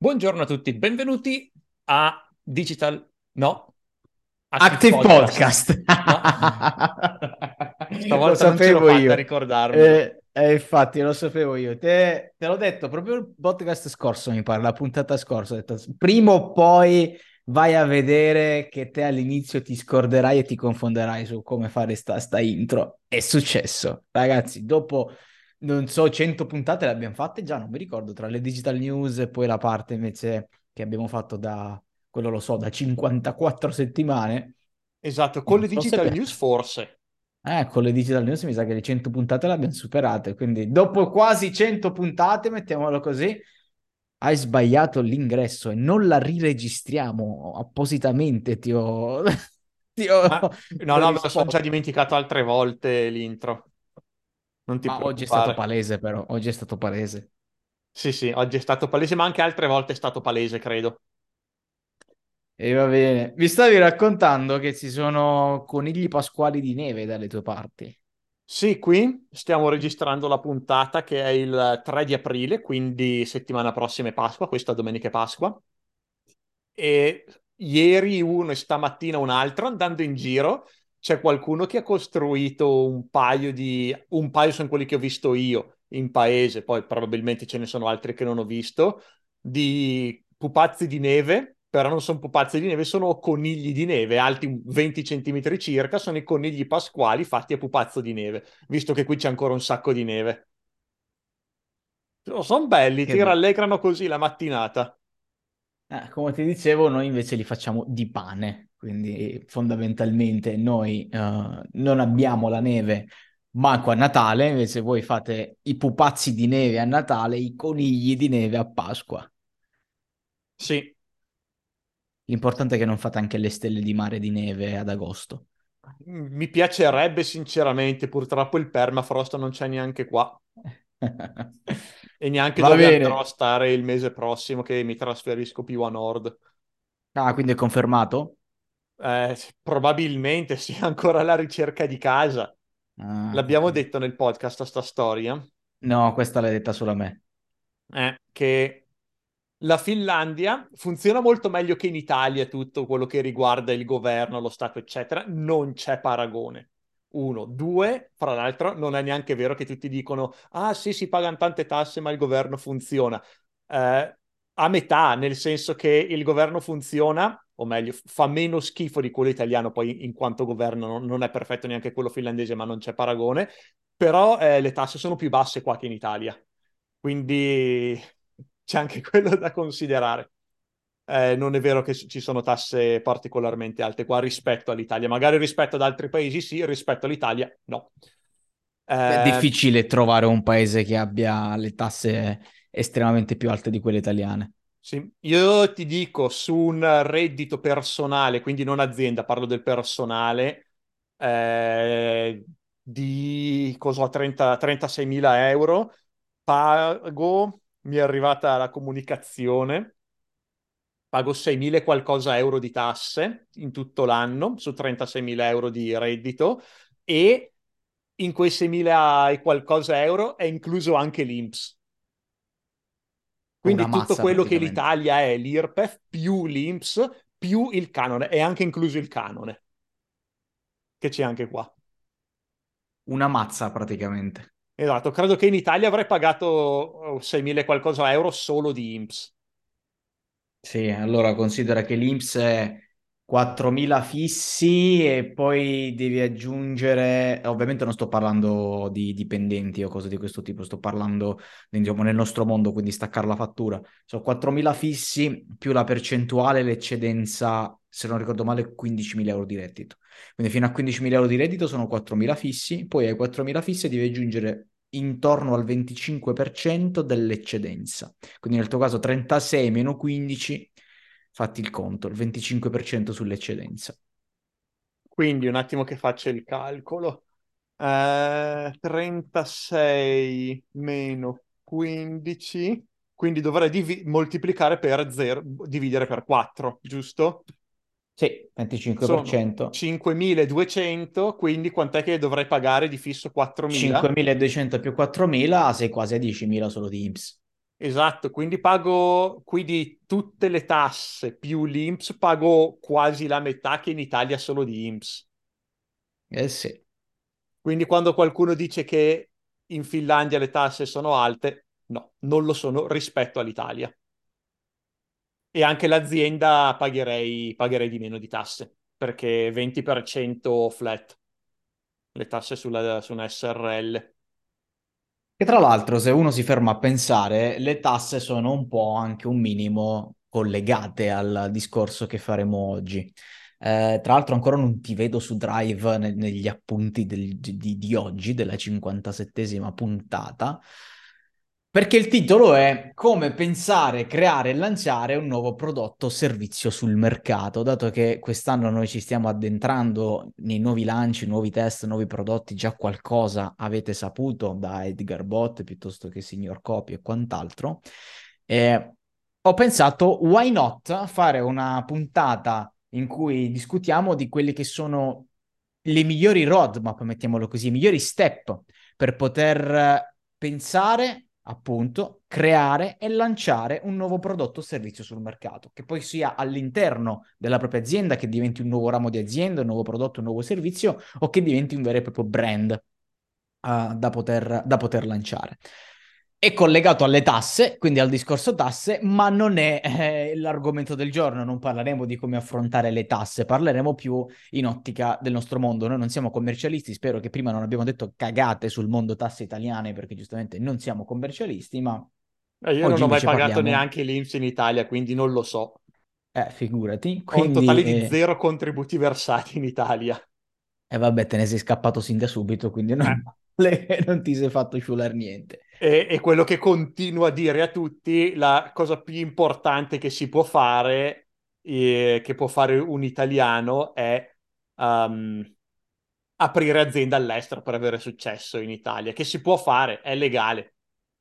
Buongiorno a tutti, benvenuti a Digital, no, Active Active Podcast. Podcast. No, Lo stavolta non ce l'ho sapevo fatta a io. ricordarmelo. Infatti, lo sapevo io. Te l'ho detto proprio il podcast scorso, mi pare, la puntata scorsa. Ho detto, prima o poi vai a vedere che te all'inizio ti scorderai e ti confonderai su come fare sta intro. È successo. Ragazzi, dopo, non so, 100 puntate le abbiamo fatte già, non mi ricordo, tra le digital news e poi la parte invece che abbiamo fatto da, quello lo so, da 54 settimane. Esatto, con Non le so se Digital News forse. con le Digital News mi sa che le 100 puntate le abbiamo superate, quindi dopo quasi 100 puntate, mettiamolo così, hai sbagliato l'ingresso e non la riregistriamo appositamente, Ma ti no, ho no, me lo sono già risposto. dimenticato altre volte l'intro. Non ti Ma oggi è stato preoccupare. palese però, oggi è stato palese. Sì, sì, oggi è stato palese, ma anche altre volte è stato palese, credo. E va bene, mi stavi raccontando che ci sono conigli pasquali di neve dalle tue parti. Sì, qui stiamo registrando la puntata che è il 3 di aprile, quindi settimana prossima è Pasqua, questa domenica è Pasqua. E ieri uno e stamattina un altro andando in giro c'è qualcuno che ha costruito un paio sono quelli che ho visto io in paese, poi probabilmente ce ne sono altri che non ho visto, di pupazzi di neve, però non sono pupazzi di neve, sono conigli di neve, alti 20 centimetri circa, sono i conigli pasquali fatti a pupazzo di neve, visto che qui c'è ancora un sacco di neve. Sono belli, Che ti bello. rallegrano così la mattinata. Come ti dicevo, noi invece li facciamo di pane, quindi fondamentalmente noi non abbiamo la neve manco a Natale, invece voi fate i pupazzi di neve a Natale, i conigli di neve a Pasqua. Sì. L'importante è che non fate anche le stelle di mare di neve ad agosto. Mi piacerebbe sinceramente, purtroppo il permafrost non c'è neanche qua e neanche Va dove andrò a bene. stare il mese prossimo che mi trasferisco più a nord. Ah, quindi è confermato? Probabilmente sia ancora alla ricerca di casa. Ah, L'abbiamo ok. detto nel podcast sta storia, No, questa l'hai detta solo a me. che la Finlandia funziona molto meglio che in Italia tutto quello che riguarda il governo, lo Stato, eccetera. Non c'è paragone. Uno, due, fra l'altro, non è neanche vero che tutti dicono: ah, sì, si pagano tante tasse, ma il governo funziona. A metà, nel senso che il governo funziona, o meglio, fa meno schifo di quello italiano, poi in quanto governo non è perfetto neanche quello finlandese, ma non c'è paragone. Però le tasse sono più basse qua che in Italia. Quindi c'è anche quello da considerare. Non è vero che ci sono tasse particolarmente alte qua rispetto all'Italia. Magari rispetto ad altri paesi sì, rispetto all'Italia no. È Eh, difficile trovare un paese che abbia le tasse estremamente più alte di quelle italiane. sì. Io ti dico, su un reddito personale, quindi non azienda, parlo del personale, di cosa, 30 36 mila euro, pago, mi è arrivata la comunicazione, pago 6.000 e qualcosa euro di tasse in tutto l'anno su 36.000 euro di reddito e in quei 6.000 e qualcosa euro è incluso anche l'INPS. Una Quindi tutto mazza quello che praticamente. l'Italia è l'IRPEF più l'INPS più il canone, è anche incluso il canone che c'è anche qua. Una mazza praticamente. Esatto, credo che in Italia avrei pagato 6.000 e qualcosa euro solo di INPS. Sì, allora considera che l'INPS è 4.000 fissi e poi devi aggiungere, ovviamente non sto parlando di dipendenti o cose di questo tipo, sto parlando, diciamo, nel nostro mondo, quindi staccare la fattura. Sono 4.000 fissi più la percentuale, l'eccedenza, se non ricordo male, 15.000 euro di reddito. Quindi fino a 15.000 euro di reddito sono 4.000 fissi, poi ai 4.000 fissi devi aggiungere intorno al 25% dell'eccedenza. Quindi nel tuo caso 36 meno 15, fatti il conto, il 25% sull'eccedenza. Quindi un attimo che faccio il calcolo. 36 meno 15, quindi dovrei moltiplicare per 0, dividere per 4, giusto? Sì, Sono 25%, 5.200, quindi quant'è che dovrei pagare di fisso 4.000? 5.200 più 4.000, sei quasi a 10.000 solo di INPS. Esatto, quindi pago qui di tutte le tasse più l'INPS, pago quasi la metà che in Italia solo di INPS. Eh sì. Quindi quando qualcuno dice che in Finlandia le tasse sono alte, no, non lo sono rispetto all'Italia. E anche l'azienda pagherei di meno di tasse, perché 20% flat, le tasse su una SRL. Che tra l'altro, se uno si ferma a pensare, le tasse sono un po' anche un minimo collegate al discorso che faremo oggi. Tra l'altro ancora non ti vedo su Drive negli appunti di oggi, della 57esima puntata, perché il titolo è Come pensare, creare e lanciare un nuovo prodotto o servizio sul mercato, dato che quest'anno noi ci stiamo addentrando nei nuovi lanci, nuovi test, nuovi prodotti, già qualcosa avete saputo da Edgar Bot piuttosto che Signor Copy e quant'altro. Eh, Ho pensato, why not fare una puntata in cui discutiamo di quelli che sono le migliori roadmap, mettiamolo così, i migliori step per poter pensare, appunto, creare e lanciare un nuovo prodotto o servizio sul mercato, che poi sia all'interno della propria azienda, che diventi un nuovo ramo di azienda, un nuovo prodotto, un nuovo servizio, o che diventi un vero e proprio brand da poter lanciare. È collegato alle tasse, quindi al discorso tasse, ma non è l'argomento del giorno. Non parleremo di come affrontare le tasse, parleremo più in ottica del nostro mondo. Noi non siamo commercialisti, spero che prima non abbiamo detto cagate sul mondo tasse italiane, perché giustamente non siamo commercialisti, ma Io non oggi ho mai invece pagato parliamo, neanche l'INPS in Italia, quindi non lo so. figurati, Ho un quindi, totale di zero contributi versati in Italia. vabbè, te ne sei scappato sin da subito, quindi Eh, non, non ti sei fatto ciulare niente. e quello che continuo a dire a tutti, la cosa più importante che si può fare, che può fare un italiano, è ehm, aprire azienda all'estero per avere successo in Italia, che si può fare, è legale.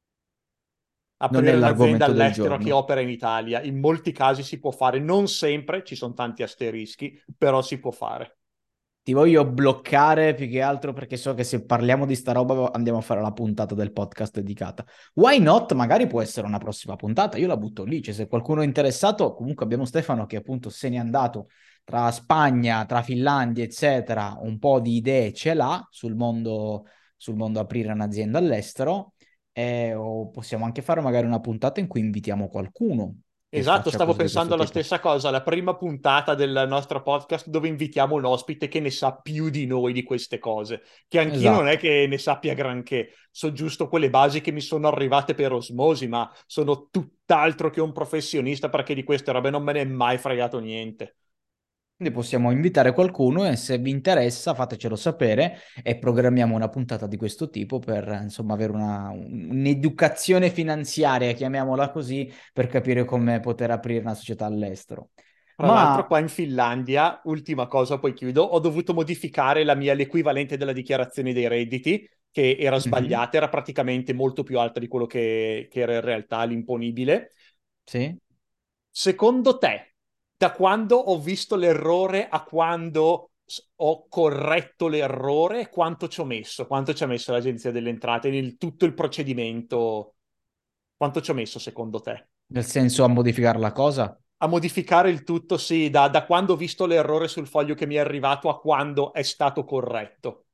Non è Aprire un'azienda l'argomento del all'estero che giorno. opera in Italia, in molti casi si può fare, non sempre, ci sono tanti asterischi, però si può fare. Ti voglio bloccare più che altro perché so che se parliamo di sta roba andiamo a fare la puntata del podcast dedicata. Why not? Magari può essere una prossima puntata. Io la butto lì. Cioè, se qualcuno è interessato, comunque abbiamo Stefano che appunto se n'è andato tra Spagna, tra Finlandia, eccetera. Un po' di idee ce l'ha sul mondo aprire un'azienda all'estero. O possiamo anche fare magari una puntata in cui invitiamo qualcuno che Esatto, faccia stavo cose di questo pensando alla tipo. stessa cosa, la prima puntata del nostro podcast dove invitiamo un ospite che ne sa più di noi di queste cose, che anch'io non è Esatto. che ne sappia granché, so giusto quelle basi che mi sono arrivate per osmosi, ma sono tutt'altro che un professionista perché di queste robe non me ne è mai fregato niente. Quindi possiamo invitare qualcuno e se vi interessa fatecelo sapere e programmiamo una puntata di questo tipo per insomma avere un'educazione finanziaria, chiamiamola così, per capire come poter aprire una società all'estero. Tra l'altro, Ma qua in Finlandia, ultima cosa, poi chiudo, ho dovuto modificare l'equivalente della dichiarazione dei redditi, che era mhm, sbagliata, era praticamente molto più alta di quello che era in realtà l'imponibile. sì, Secondo te, da quando ho visto l'errore a quando ho corretto l'errore, quanto ci ho messo? Quanto ci ha messo l'Agenzia delle Entrate nel tutto il procedimento? Quanto ci ho messo secondo te? nel senso a modificare la cosa, A modificare il tutto, sì, da quando ho visto l'errore sul foglio che mi è arrivato a quando è stato corretto.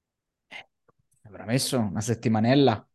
avrà messo una settimanella,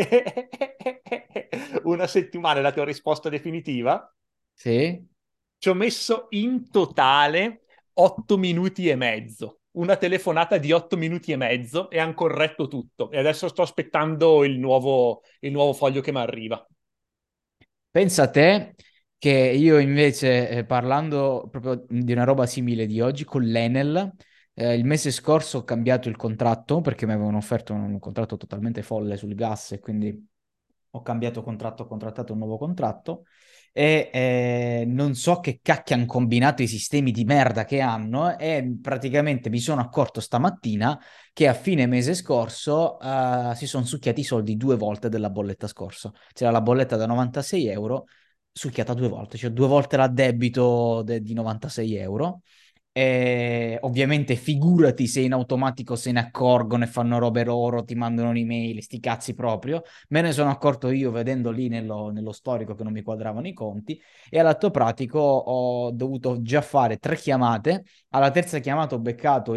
Una settimana è la tua risposta definitiva? sì. Ci ho messo in totale 8 minuti e mezzo. Una telefonata di 8 minuti e mezzo e hanno corretto tutto. E adesso sto aspettando il nuovo foglio che mi arriva. Pensa a te che io invece, parlando proprio di una roba simile di oggi, con l'Enel, il mese scorso ho cambiato il contratto perché mi avevano offerto un contratto totalmente folle sul gas e quindi ho cambiato contratto, ho contrattato un nuovo contratto e non so che cacchio hanno combinato i sistemi di merda che hanno e praticamente mi sono accorto stamattina che a fine mese scorso si sono succhiati i soldi 2 volte della bolletta scorsa. C'era la bolletta da 96 euro, succhiata 2 volte, cioè 2 volte l'addebito di 96 euro. E ovviamente figurati se in automatico se ne accorgono e fanno robe loro, ti mandano un'email, sti cazzi proprio. Me ne sono accorto io vedendo lì nello storico che non mi quadravano i conti e all'atto pratico ho dovuto già fare 3 chiamate. Alla terza chiamata ho beccato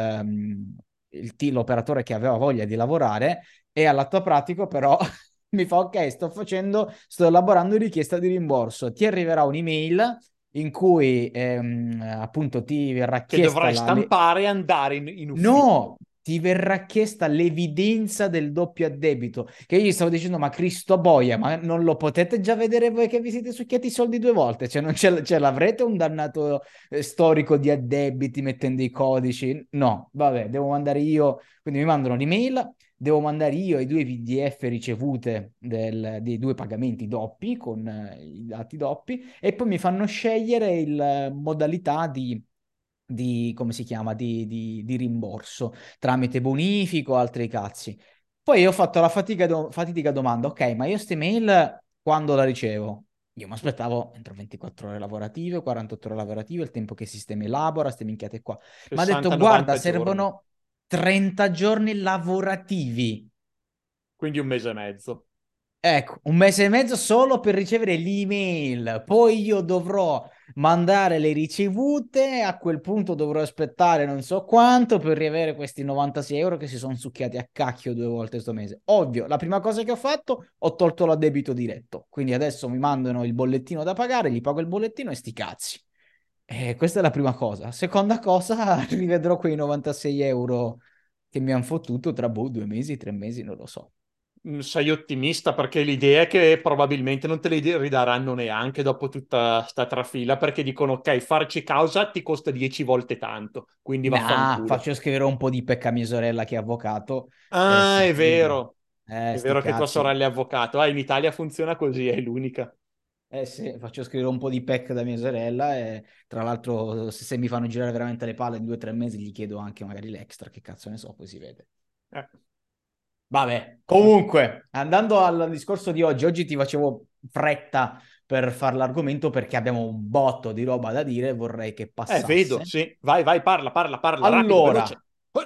l'operatore che aveva voglia di lavorare e all'atto pratico però mi fa ok, sto elaborando richiesta di rimborso. Ti arriverà un'email in cui appunto ti verrà Che chiesta dovrai stampare e andare in ufficio. No, ti verrà chiesta l'evidenza del doppio addebito. Che io gli stavo dicendo, ma Cristo boia, ma non lo potete già vedere voi che vi siete succhiati i soldi 2 volte? Cioè, non l'avrete un dannato storico di addebiti mettendo i codici? No, vabbè, devo mandare io. Quindi mi mandano l'email, devo mandare io i 2 PDF ricevute dei 2 pagamenti doppi con i dati doppi e poi mi fanno scegliere il modalità come si chiama, di rimborso tramite bonifico o altri cazzi. Poi ho fatto la fatidica domanda, ok, ma io ste mail quando la ricevo? Io mi aspettavo entro 24 ore lavorative, 48 ore lavorative, il tempo che il sistema elabora, ste minchiate qua. Mi ha detto, guarda, 60-90 giorni, servono 30 giorni lavorativi. quindi un mese e mezzo. Ecco, 1 mese e mezzo solo per ricevere l'email, poi io dovrò mandare le ricevute, a quel punto dovrò aspettare non so quanto per riavere questi 96 euro che si sono succhiati a cacchio 2 volte questo mese. Ovvio, la prima cosa che ho fatto, ho tolto l'addebito diretto, quindi adesso mi mandano il bollettino da pagare, gli pago il bollettino e sti cazzi. E questa è la prima cosa. Seconda cosa, rivedrò quei 96 euro che mi hanno fottuto tra 2 mesi, 3 mesi, non lo so. Sei ottimista perché l'idea è che probabilmente non te li ridaranno neanche dopo tutta sta trafila perché dicono ok, farci causa ti costa 10 volte tanto, quindi Nah, vaffanculo. faccio scrivere un po' di pecca a mia sorella che è avvocato e Ah, si fida. è Sti vero che tua cazzi. sorella è avvocato. Ah, in Italia funziona così, è l'unica. Eh sì, faccio scrivere un po' di pecca da mia sorella e tra l'altro se mi fanno girare veramente le palle in 2 o 3 mesi gli chiedo anche magari l'extra, che cazzo ne so, poi si vede. Eh, Vabbè, comunque, andando al discorso di oggi ti facevo fretta per fare l'argomento perché abbiamo un botto di roba da dire e vorrei che vedo, passasse. sì. Vai, vai, parla, parla, parla, rapido, Allora, veloce.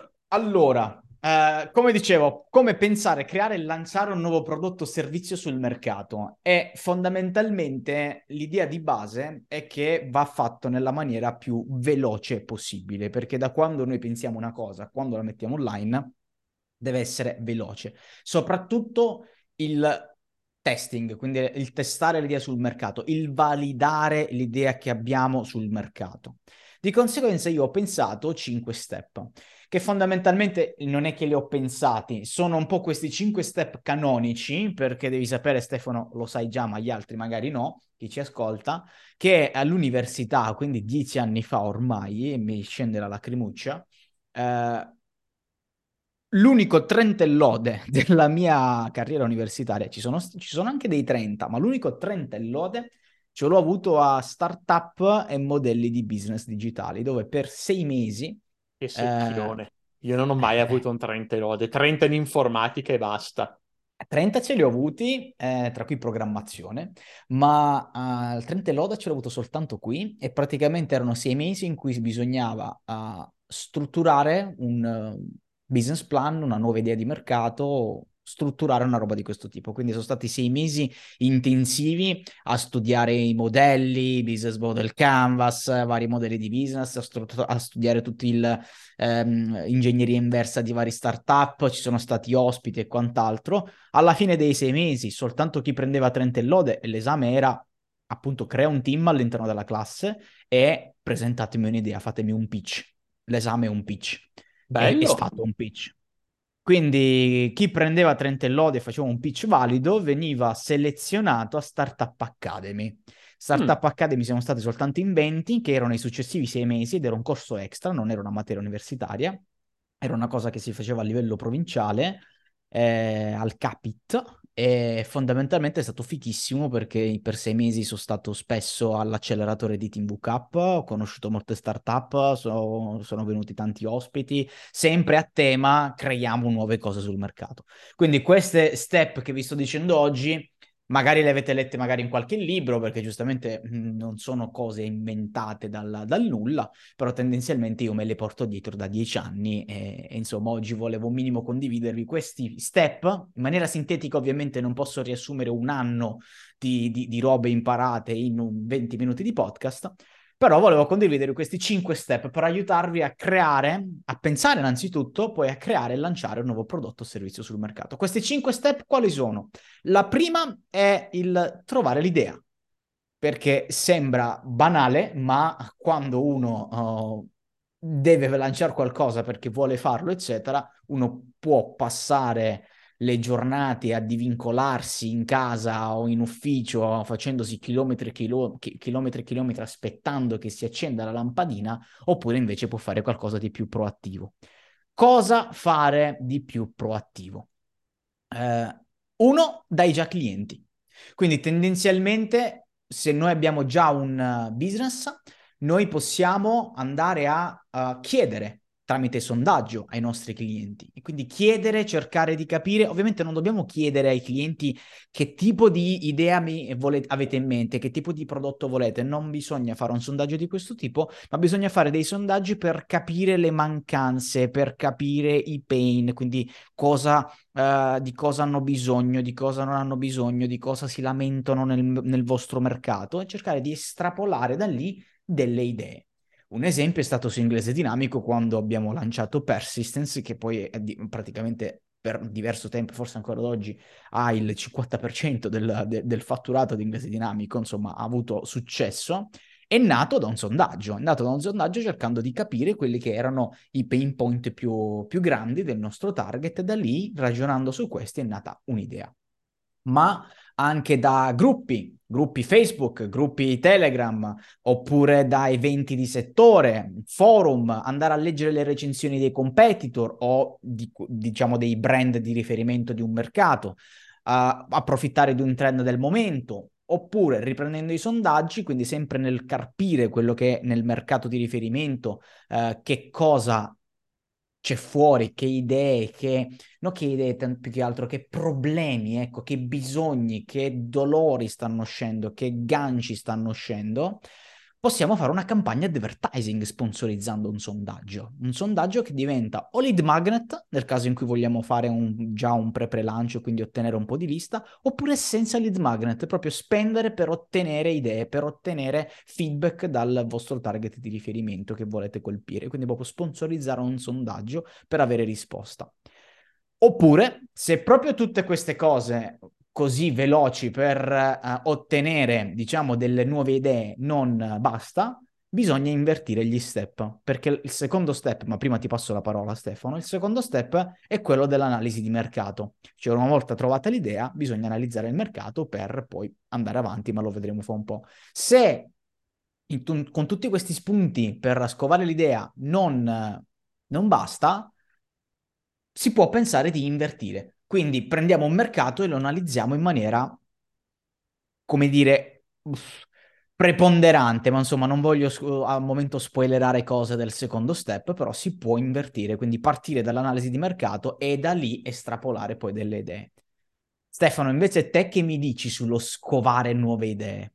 come dicevo, come pensare, creare e lanciare un nuovo prodotto o servizio sul mercato. E fondamentalmente l'idea di base è che va fatto nella maniera più veloce possibile, perché da quando noi pensiamo una cosa, quando la mettiamo online, deve essere veloce. Soprattutto il testing, quindi il testare l'idea sul mercato, il validare l'idea che abbiamo sul mercato. Di conseguenza io ho pensato 5 step, che fondamentalmente non è che li ho pensati, sono un po' questi 5 step canonici, perché devi sapere, Stefano, lo sai già, ma gli altri magari no, chi ci ascolta, che all'università, quindi 10 anni fa ormai, e mi scende la lacrimuccia, eh, l'unico 30 e lode della mia carriera universitaria, ci sono anche dei 30, ma l'unico 30 e lode ce l'ho avuto a startup e modelli di business digitali, dove per 6 mesi Che eh, secchione. Io non ho mai eh, avuto un 30 lode, 30 in informatica e basta. 30 ce li ho avuti, tra cui programmazione, ma il 30 e loda ce l'ho avuto soltanto qui e praticamente erano 6 mesi in cui bisognava strutturare un business plan, una nuova idea di mercato, strutturare una roba di questo tipo. Quindi sono stati 6 mesi intensivi a studiare i modelli, business model canvas, vari modelli di business, a studiare tutti ingegneria inversa di vari startup, ci sono stati ospiti e quant'altro. Alla fine dei 6 mesi, soltanto chi prendeva 30 e lode e l'esame era appunto crea un team all'interno della classe e presentatemi un'idea, fatemi un pitch. L'esame è un pitch. È Bello. stato un pitch. Quindi chi prendeva 30 e lode e faceva un pitch valido veniva selezionato a Startup Academy. Mm, Startup Academy siamo stati soltanto in 20, che erano i successivi 6 mesi ed era un corso extra, non era una materia universitaria, era una cosa che si faceva a livello provinciale, al Capit, e fondamentalmente è stato fichissimo perché per 6 mesi sono stato spesso all'acceleratore di Team Up, ho conosciuto molte startup, sono venuti tanti ospiti, sempre a tema creiamo nuove cose sul mercato. Quindi queste step che vi sto dicendo oggi magari le avete lette magari in qualche libro, perché giustamente non sono cose inventate dal nulla, però tendenzialmente io me le porto dietro da 10 anni e insomma oggi volevo un minimo condividervi questi step, in maniera sintetica ovviamente non posso riassumere un anno di robe imparate in 20 minuti di podcast, però volevo condividere questi 5 step per aiutarvi a creare, a pensare innanzitutto, poi a creare e lanciare un nuovo prodotto o servizio sul mercato. Questi 5 step quali sono? La prima è il trovare l'idea, perché sembra banale, ma quando uno deve lanciare qualcosa perché vuole farlo, eccetera, uno può passare le giornate a divincolarsi in casa o in ufficio facendosi chilometri e chilometri aspettando che si accenda la lampadina, oppure invece può fare qualcosa di più proattivo. Cosa fare di più proattivo? Uno, dai già clienti. Quindi tendenzialmente, se noi abbiamo già un business, noi possiamo andare a chiedere tramite sondaggio ai nostri clienti. E quindi chiedere, cercare di capire. Ovviamente non dobbiamo chiedere ai clienti che tipo di idea avete in mente, che tipo di prodotto volete. Non bisogna fare un sondaggio di questo tipo, ma bisogna fare dei sondaggi per capire le mancanze, per capire i pain, quindi di cosa hanno bisogno, di cosa non hanno bisogno, di cosa si lamentano nel vostro mercato e cercare di estrapolare da lì delle idee. Un esempio è stato su Inglese Dinamico quando abbiamo lanciato Persistence, che poi è praticamente per diverso tempo, forse ancora ad oggi, ha il 50% del fatturato di Inglese Dinamico, insomma ha avuto successo. È nato da un sondaggio cercando di capire quelli che erano i pain point più grandi del nostro target e da lì, ragionando su questi, è nata un'idea. Ma anche da gruppi Facebook, gruppi Telegram, oppure da eventi di settore, forum, andare a leggere le recensioni dei competitor o diciamo dei brand di riferimento di un mercato, approfittare di un trend del momento, oppure riprendendo i sondaggi, quindi sempre nel carpire quello che è nel mercato di riferimento, che cosa c'è fuori, che idee, non che idee più che altro, che problemi, ecco, che bisogni, che dolori stanno uscendo, che ganci stanno uscendo, possiamo fare una campagna di advertising sponsorizzando un sondaggio che diventa o lead magnet, nel caso in cui vogliamo fare già un pre-lancio, quindi ottenere un po' di vista, oppure senza lead magnet, proprio spendere per ottenere idee, per ottenere feedback dal vostro target di riferimento che volete colpire, quindi proprio sponsorizzare un sondaggio per avere risposta. Oppure, se proprio tutte queste cose così veloci per ottenere, diciamo, delle nuove idee non basta, bisogna invertire gli step, perché il secondo step, ma prima ti passo la parola Stefano, il secondo step è quello dell'analisi di mercato. Cioè una volta trovata l'idea, bisogna analizzare il mercato per poi andare avanti, ma lo vedremo fra un po'. Se con tutti questi spunti per scovare l'idea non basta, si può pensare di invertire. Quindi prendiamo un mercato e lo analizziamo in maniera, come dire, preponderante, ma insomma non voglio al momento spoilerare cose del secondo step, però si può invertire, quindi partire dall'analisi di mercato e da lì estrapolare poi delle idee. Stefano, invece te che mi dici sullo scovare nuove idee?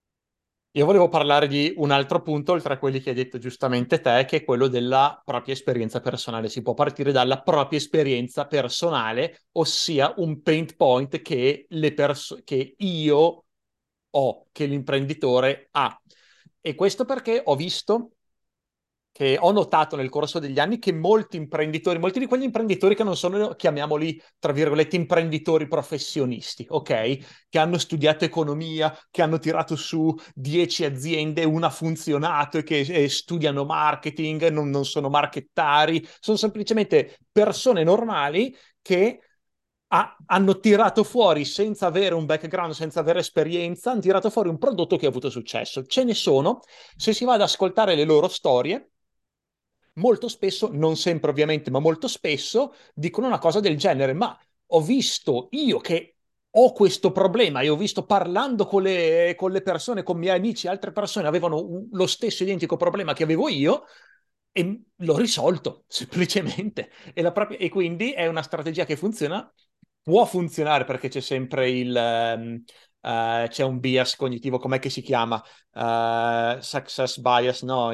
Io volevo parlare di un altro punto, oltre a quelli che hai detto giustamente te, che è quello della propria esperienza personale. Si può partire dalla propria esperienza personale, ossia un pain point che io ho, che l'imprenditore ha. E questo perché ho visto che ho notato nel corso degli anni che molti imprenditori, molti di quegli imprenditori che non sono, chiamiamoli, tra virgolette, imprenditori professionisti, ok? Che hanno studiato economia, che hanno tirato su 10 aziende, una ha funzionato e che studiano marketing, non sono marchettari, sono semplicemente persone normali che hanno tirato fuori senza avere un background, senza avere esperienza, hanno tirato fuori un prodotto che ha avuto successo. Ce ne sono, se si va ad ascoltare le loro storie, molto spesso, non sempre ovviamente, ma molto spesso dicono una cosa del genere, ma ho visto io che ho questo problema e ho visto parlando con le persone, con i miei amici, altre persone avevano lo stesso identico problema che avevo io e l'ho risolto semplicemente. E quindi è una strategia che funziona, può funzionare perché c'è sempre c'è un bias cognitivo, com'è che si chiama? Success bias, no,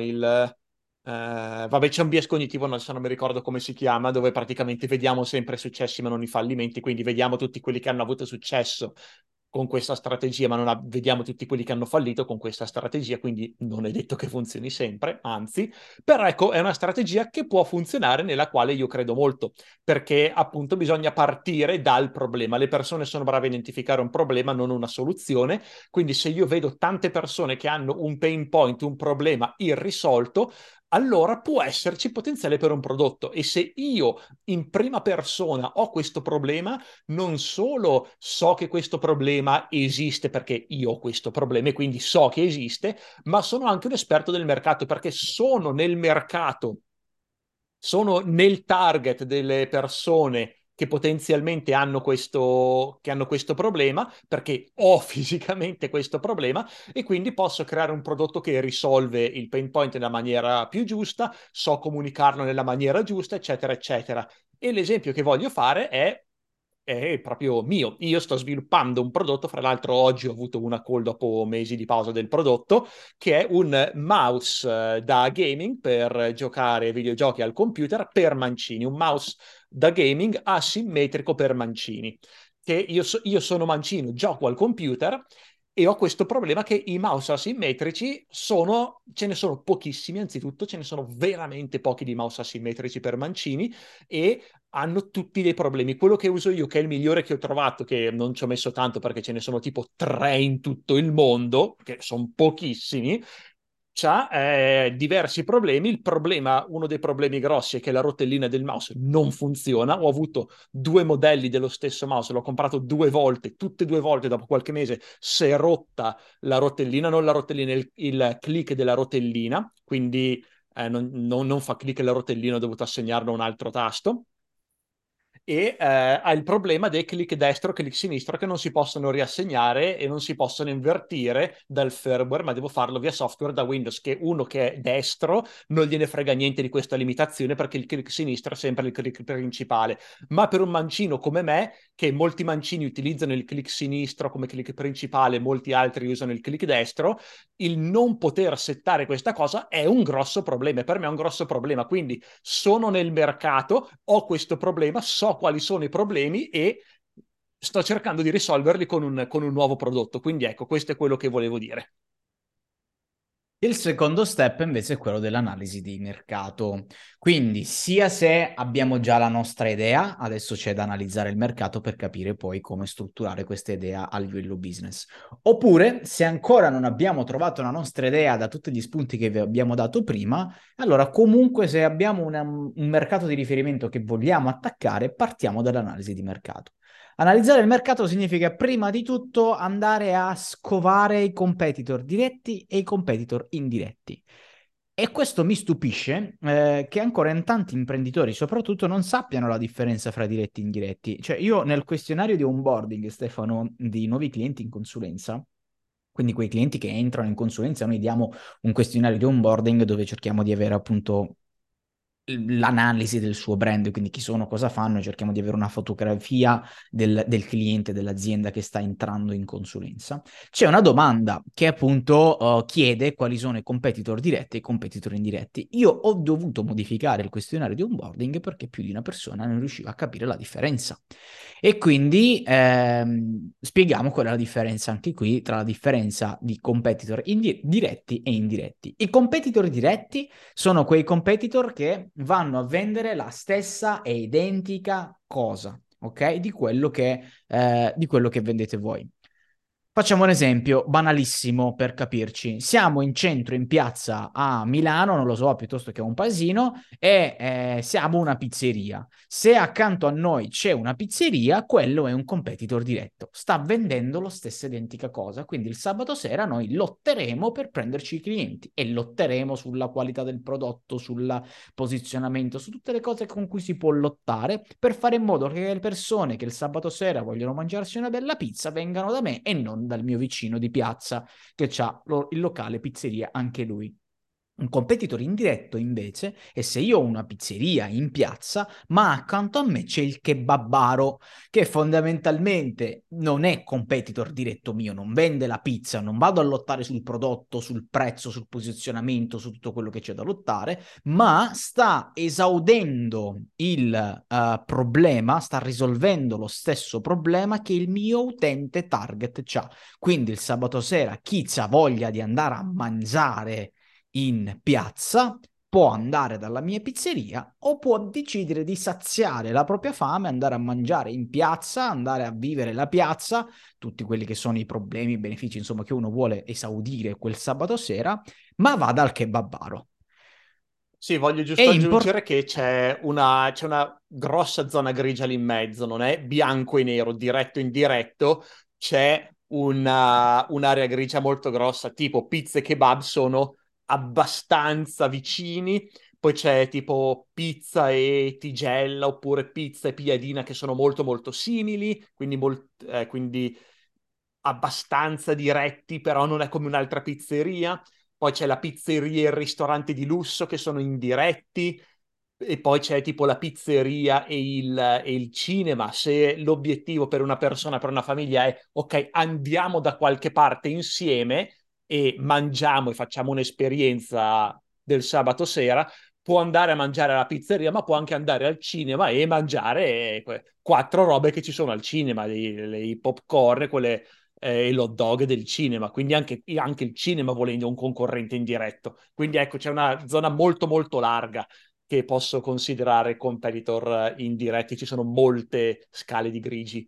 vabbè, c'è un bias cognitivo, adesso non mi ricordo come si chiama, dove praticamente vediamo sempre i successi ma non i fallimenti, quindi vediamo tutti quelli che hanno avuto successo con questa strategia, ma vediamo tutti quelli che hanno fallito con questa strategia, quindi non è detto che funzioni sempre, anzi, però ecco, è una strategia che può funzionare, nella quale io credo molto, perché appunto bisogna partire dal problema. Le persone sono brave a identificare un problema, non una soluzione, quindi se io vedo tante persone che hanno un pain point, un problema irrisolto, allora può esserci potenziale per un prodotto. E se io in prima persona ho questo problema, non solo so che questo problema esiste perché io ho questo problema e quindi so che esiste, ma sono anche un esperto del mercato perché sono nel mercato, sono nel target delle persone che potenzialmente che hanno questo problema, perché ho fisicamente questo problema e quindi posso creare un prodotto che risolve il pain point nella maniera più giusta, so comunicarlo nella maniera giusta, eccetera, eccetera. E l'esempio che voglio fare è proprio mio. Io sto sviluppando un prodotto, fra l'altro oggi ho avuto una call dopo mesi di pausa del prodotto, che è un mouse da gaming per giocare ai videogiochi al computer per mancini, un mouse da gaming asimmetrico per mancini. Che io sono mancino, gioco al computer e ho questo problema che i mouse asimmetrici ce ne sono pochissimi, anzitutto ce ne sono veramente pochi di mouse asimmetrici per mancini e hanno tutti dei problemi. Quello che uso io, che è il migliore che ho trovato, che non ci ho messo tanto perché ce ne sono tipo tre in tutto il mondo, che sono pochissimi, c'ha diversi problemi. Uno dei problemi grossi è che la rotellina del mouse non funziona. Ho avuto due modelli dello stesso mouse, l'ho comprato due volte, tutte e due volte dopo qualche mese si è rotta la rotellina, non la rotellina, il click della rotellina, quindi non fa click la rotellina, ho dovuto assegnarlo a un altro tasto e ha il problema dei click destro e click sinistro che non si possono riassegnare e non si possono invertire dal firmware, ma devo farlo via software da Windows, che uno che è destro non gliene frega niente di questa limitazione perché il click sinistro è sempre il click principale. Ma per un mancino come me, che molti mancini utilizzano il click sinistro come click principale, molti altri usano il click destro, il non poter settare questa cosa è un grosso problema. Per me è un grosso problema. Quindi sono nel mercato, ho questo problema, so quali sono i problemi e sto cercando di risolverli con un nuovo prodotto. Quindi ecco, questo è quello che volevo dire. Il secondo step invece è quello dell'analisi di mercato. Quindi, sia se abbiamo già la nostra idea, adesso c'è da analizzare il mercato per capire poi come strutturare questa idea a livello business. Oppure, se ancora non abbiamo trovato la nostra idea da tutti gli spunti che vi abbiamo dato prima, allora comunque se abbiamo un mercato di riferimento che vogliamo attaccare, partiamo dall'analisi di mercato. Analizzare il mercato significa prima di tutto andare a scovare i competitor diretti e i competitor indiretti. E questo mi stupisce che ancora in tanti imprenditori soprattutto non sappiano la differenza fra diretti e indiretti. Cioè io nel questionario di onboarding, Stefano, di nuovi clienti in consulenza, quindi quei clienti che entrano in consulenza, noi diamo un questionario di onboarding dove cerchiamo di avere appunto l'analisi del suo brand, quindi chi sono, cosa fanno, cerchiamo di avere una fotografia del cliente, dell'azienda che sta entrando in consulenza. C'è una domanda che appunto chiede quali sono i competitor diretti e i competitor indiretti. Io ho dovuto modificare il questionario di onboarding perché più di una persona non riusciva a capire la differenza. E quindi spieghiamo qual è la differenza anche qui tra la differenza di competitor diretti e indiretti. I competitor diretti sono quei competitor che vanno a vendere la stessa e identica cosa, ok? Di quello che vendete voi. Facciamo un esempio banalissimo per capirci. Siamo in centro, in piazza a Milano, non lo so, piuttosto che a un paesino, e siamo una pizzeria. Se accanto a noi c'è una pizzeria, quello è un competitor diretto. Sta vendendo la stessa identica cosa. Quindi il sabato sera noi lotteremo per prenderci i clienti e lotteremo sulla qualità del prodotto, sul posizionamento, su tutte le cose con cui si può lottare per fare in modo che le persone che il sabato sera vogliono mangiarsi una bella pizza vengano da me e non dal mio vicino di piazza che ha il locale pizzeria anche lui. Un competitor indiretto invece è se io ho una pizzeria in piazza, ma accanto a me c'è il kebabaro, che fondamentalmente non è competitor diretto mio, non vende la pizza, non vado a lottare sul prodotto, sul prezzo, sul posizionamento, su tutto quello che c'è da lottare, ma sta esaudendo il problema, sta risolvendo lo stesso problema che il mio utente target ha. Quindi il sabato sera chi ha voglia di andare a mangiare in piazza può andare dalla mia pizzeria o può decidere di saziare la propria fame, andare a mangiare in piazza, andare a vivere la piazza, tutti quelli che sono i problemi, i benefici, insomma, che uno vuole esaudire quel sabato sera, ma va dal kebabaro. Sì, voglio È giusto aggiungere importante. che c'è una grossa zona grigia lì in mezzo, non è bianco e nero, diretto e indiretto, c'è un'area grigia molto grossa, tipo pizza e kebab sono abbastanza vicini, poi c'è tipo pizza e tigella oppure pizza e piadina che sono molto molto simili, quindi abbastanza diretti, però non è come un'altra pizzeria. Poi c'è la pizzeria e il ristorante di lusso che sono indiretti, e poi c'è tipo la pizzeria e il cinema. Se l'obiettivo per una persona, per una famiglia è ok, andiamo da qualche parte insieme e mangiamo e facciamo un'esperienza del sabato sera, può andare a mangiare alla pizzeria, ma può anche andare al cinema e mangiare quattro robe che ci sono al cinema, i popcorn, l'hot dog del cinema, quindi anche il cinema volendo un concorrente indiretto. Quindi ecco, c'è una zona molto molto larga che posso considerare competitor indiretti, ci sono molte scale di grigi.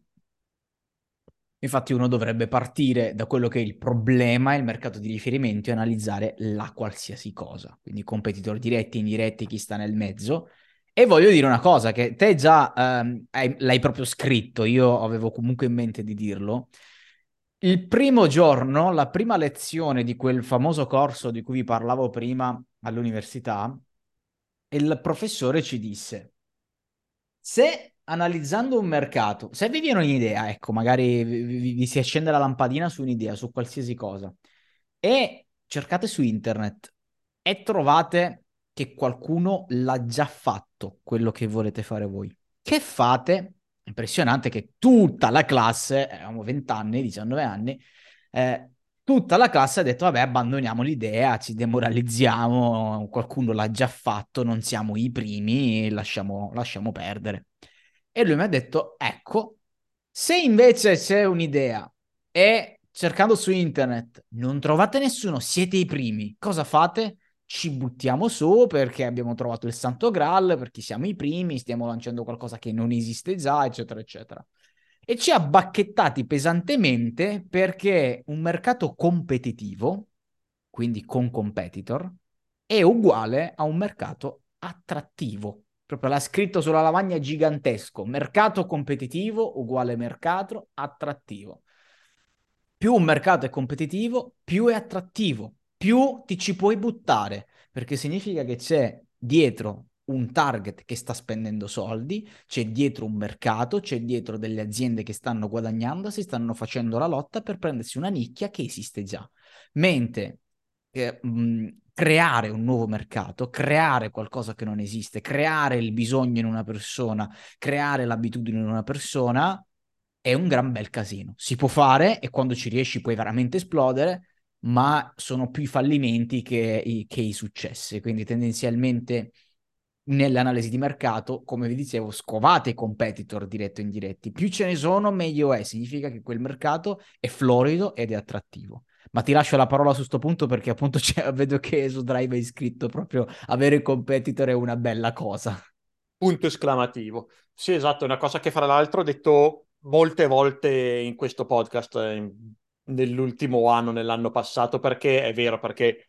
Infatti uno dovrebbe partire da quello che è il problema, il mercato di riferimento e analizzare la qualsiasi cosa. Quindi competitor diretti, indiretti, chi sta nel mezzo. E voglio dire una cosa, che te già l'hai proprio scritto, io avevo comunque in mente di dirlo. Il primo giorno, la prima lezione di quel famoso corso di cui vi parlavo prima all'università, il professore ci disse: se analizzando un mercato, se vi viene un'idea, ecco, magari vi si accende la lampadina su un'idea, su qualsiasi cosa, e cercate su internet e trovate che qualcuno l'ha già fatto, quello che volete fare voi. Che fate? Impressionante che tutta la classe, avevamo 20 anni, 19 anni, eh, tutta la classe ha detto, vabbè, abbandoniamo l'idea, ci demoralizziamo, qualcuno l'ha già fatto, non siamo i primi, lasciamo perdere. E lui mi ha detto, ecco, se invece c'è un'idea e cercando su internet non trovate nessuno, siete i primi, cosa fate? Ci buttiamo su perché abbiamo trovato il Santo Graal, perché siamo i primi, stiamo lanciando qualcosa che non esiste già, eccetera, eccetera. E ci ha bacchettati pesantemente perché un mercato competitivo, quindi con competitor, è uguale a un mercato attrattivo. Proprio l'ha scritto sulla lavagna gigantesco. Mercato competitivo uguale mercato attrattivo. Più un mercato è competitivo, più è attrattivo, più ti ci puoi buttare, perché significa che c'è dietro un target che sta spendendo soldi, c'è dietro un mercato, c'è dietro delle aziende che stanno guadagnando, si stanno facendo la lotta per prendersi una nicchia che esiste già. Mentre creare un nuovo mercato, creare qualcosa che non esiste, creare il bisogno in una persona, creare l'abitudine in una persona è un gran bel casino. Si può fare e quando ci riesci puoi veramente esplodere, ma sono più i fallimenti che i successi. Quindi tendenzialmente nell'analisi di mercato, come vi dicevo, scovate i competitor diretti o indiretti. Più ce ne sono, meglio è. Significa che quel mercato è florido ed è attrattivo. Ma ti lascio la parola su sto punto perché appunto vedo che su Drive hai scritto proprio avere competitor è una bella cosa. Punto esclamativo. Sì, esatto, è una cosa che fra l'altro ho detto molte volte in questo podcast, nell'ultimo anno, nell'anno passato, perché è vero, perché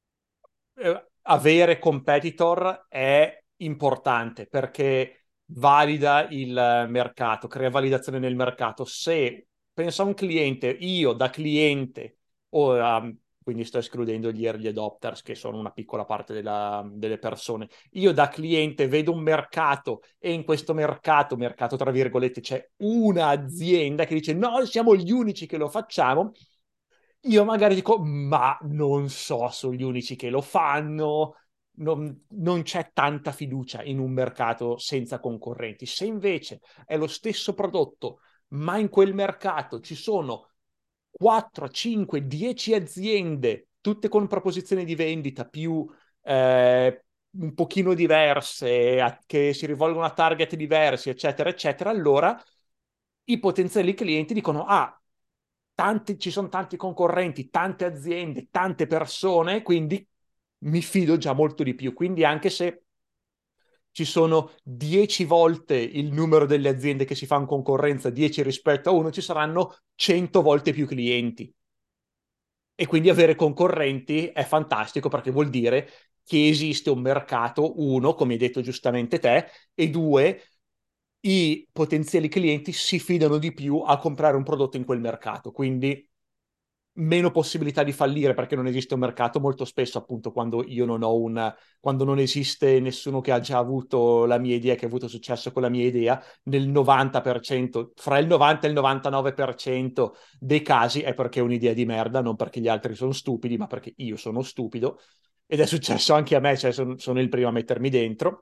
avere competitor è importante perché valida il mercato, crea validazione nel mercato. Se pensa a un cliente, io da cliente, o, quindi sto escludendo gli early adopters, che sono una piccola parte delle persone, io da cliente vedo un mercato e in questo mercato tra virgolette, c'è un'azienda che dice no, siamo gli unici che lo facciamo. Io magari dico, ma non so, sono gli unici che lo fanno, non c'è tanta fiducia in un mercato senza concorrenti. Se invece è lo stesso prodotto, ma in quel mercato ci sono 4, 5, 10 aziende, tutte con proposizioni di vendita più un pochino diverse, che si rivolgono a target diversi, eccetera, eccetera, allora i potenziali clienti dicono, ah, ci sono tanti concorrenti, tante aziende, tante persone, quindi mi fido già molto di più. Quindi anche se ci sono 10 volte il numero delle aziende che si fanno concorrenza, 10 rispetto a uno, ci saranno 100 volte più clienti. E quindi avere concorrenti è fantastico perché vuol dire che esiste un mercato, uno, come hai detto giustamente te, e due, i potenziali clienti si fidano di più a comprare un prodotto in quel mercato. Quindi meno possibilità di fallire perché non esiste un mercato. Molto spesso, appunto, quando non esiste nessuno che ha già avuto la mia idea, che ha avuto successo con la mia idea, nel 90%, fra il 90 e il 99% dei casi è perché è un'idea di merda, non perché gli altri sono stupidi, ma perché io sono stupido. Ed è successo anche a me, cioè sono il primo a mettermi dentro.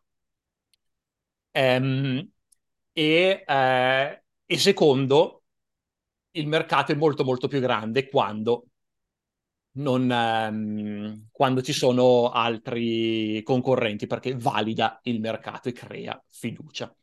Ehm, e secondo, il mercato è molto molto più grande quando ci sono altri concorrenti, perché valida il mercato e crea fiducia.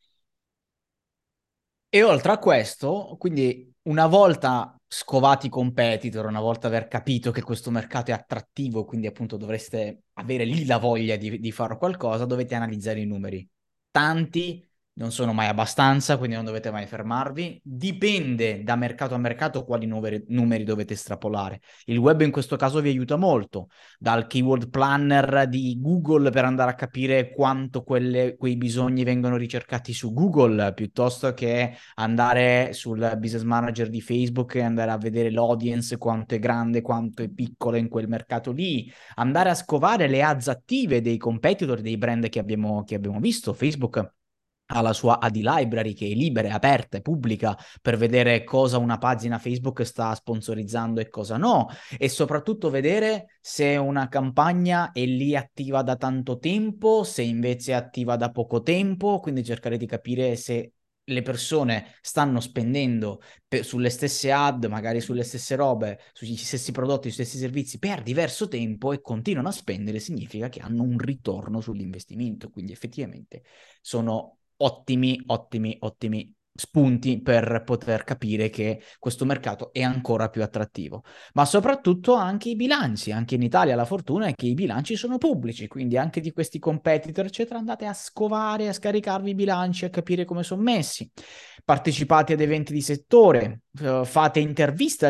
E oltre a questo, quindi una volta scovati i competitor, una volta aver capito che questo mercato è attrattivo, quindi appunto dovreste avere lì la voglia di fare qualcosa, dovete analizzare i numeri. Tanti non sono mai abbastanza, quindi non dovete mai fermarvi. Dipende da mercato a mercato quali numeri dovete estrapolare. Il web in questo caso vi aiuta molto, dal keyword planner di Google per andare a capire quanto quei bisogni vengono ricercati su Google, piuttosto che andare sul business manager di Facebook e andare a vedere l'audience, quanto è grande, quanto è piccola in quel mercato lì, andare a scovare le ads attive dei competitor, dei brand che abbiamo visto. Facebook ha la sua AD library che è libera, è aperta, è pubblica per vedere cosa una pagina Facebook sta sponsorizzando e cosa no, e soprattutto vedere se una campagna è lì attiva da tanto tempo, se invece è attiva da poco tempo, quindi cercare di capire se le persone stanno spendendo sulle stesse ad, magari sulle stesse robe, sugli stessi prodotti, sugli stessi servizi per diverso tempo e continuano a spendere, significa che hanno un ritorno sull'investimento. Quindi effettivamente sono ottimi, ottimi, ottimi spunti per poter capire che questo mercato è ancora più attrattivo. Ma soprattutto anche i bilanci. Anche in Italia la fortuna è che i bilanci sono pubblici, quindi anche di questi competitor, eccetera, andate a scovare, a scaricarvi i bilanci, a capire come sono messi. Partecipate ad eventi di settore, fate interviste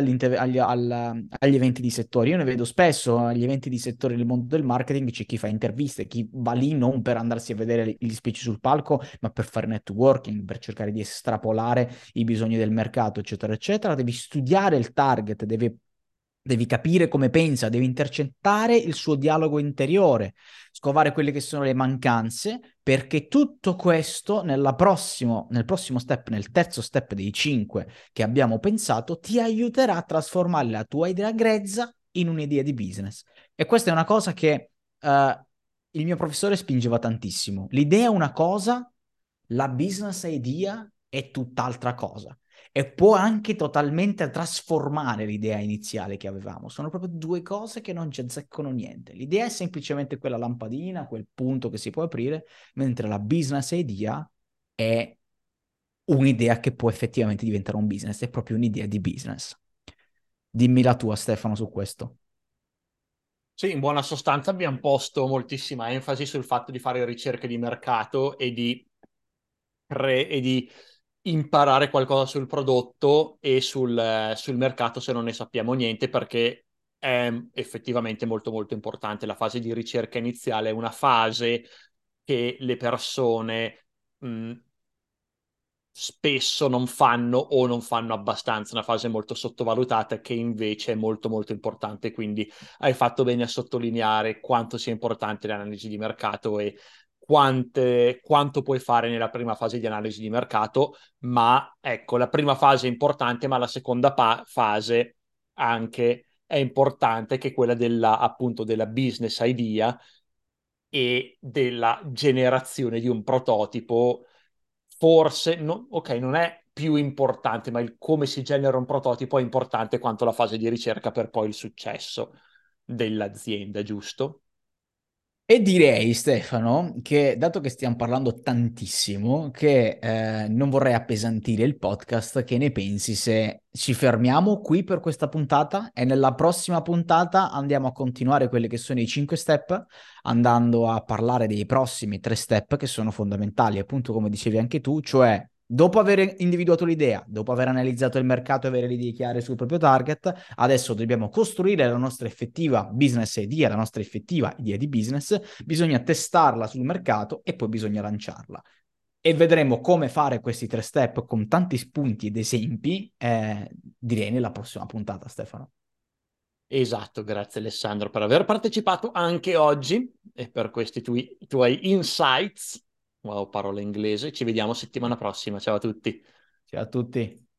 agli eventi di settore. Io ne vedo spesso agli eventi di settore nel mondo del marketing, c'è chi fa interviste, chi va lì non per andarsi a vedere gli speech sul palco, ma per fare networking, per cercare di estrapolare i bisogni del mercato, eccetera, eccetera. Devi studiare il target, devi capire come pensa, devi intercettare il suo dialogo interiore, scovare quelle che sono le mancanze, perché tutto questo nel prossimo step, nel terzo step dei 5 che abbiamo pensato, ti aiuterà a trasformare la tua idea grezza in un'idea di business. E questa è una cosa che il mio professore spingeva tantissimo. L'idea è una cosa, la business idea è tutt'altra cosa e può anche totalmente trasformare l'idea iniziale che avevamo. Sono proprio due cose che non ci azzeccano niente. L'idea è semplicemente quella lampadina, quel punto che si può aprire, mentre la business idea è un'idea che può effettivamente diventare un business, è proprio un'idea di business. Dimmi la tua, Stefano, su questo. Sì, in buona sostanza abbiamo posto moltissima enfasi sul fatto di fare ricerche di mercato e di imparare qualcosa sul prodotto e sul mercato se non ne sappiamo niente, perché è effettivamente molto molto importante. La fase di ricerca iniziale è una fase che le persone mh, spesso non fanno o non fanno abbastanza, una fase molto sottovalutata che invece è molto molto importante, quindi hai fatto bene a sottolineare quanto sia importante l'analisi di mercato e quanto puoi fare nella prima fase di analisi di mercato, ma ecco, la prima fase è importante, ma la seconda fase anche è importante, che è quella della, appunto, della business idea e della generazione di un prototipo. Forse, ok, non è più importante, ma il come si genera un prototipo è importante quanto la fase di ricerca per poi il successo dell'azienda, giusto? E direi, Stefano, che dato che stiamo parlando tantissimo, che non vorrei appesantire il podcast, che ne pensi se ci fermiamo qui per questa puntata e nella prossima puntata andiamo a continuare quelli che sono i 5 step, andando a parlare dei prossimi 3 step che sono fondamentali, appunto come dicevi anche tu, cioè dopo aver individuato l'idea, dopo aver analizzato il mercato e avere le idee chiare sul proprio target, adesso dobbiamo costruire la nostra effettiva business idea, la nostra effettiva idea di business, bisogna testarla sul mercato e poi bisogna lanciarla. E vedremo come fare questi 3 step con tanti spunti ed esempi, direi nella prossima puntata, Stefano. Esatto, grazie Alessandro per aver partecipato anche oggi e per questi tuoi insights. Wow, parola inglese. Ci vediamo settimana prossima. Ciao a tutti. Ciao a tutti.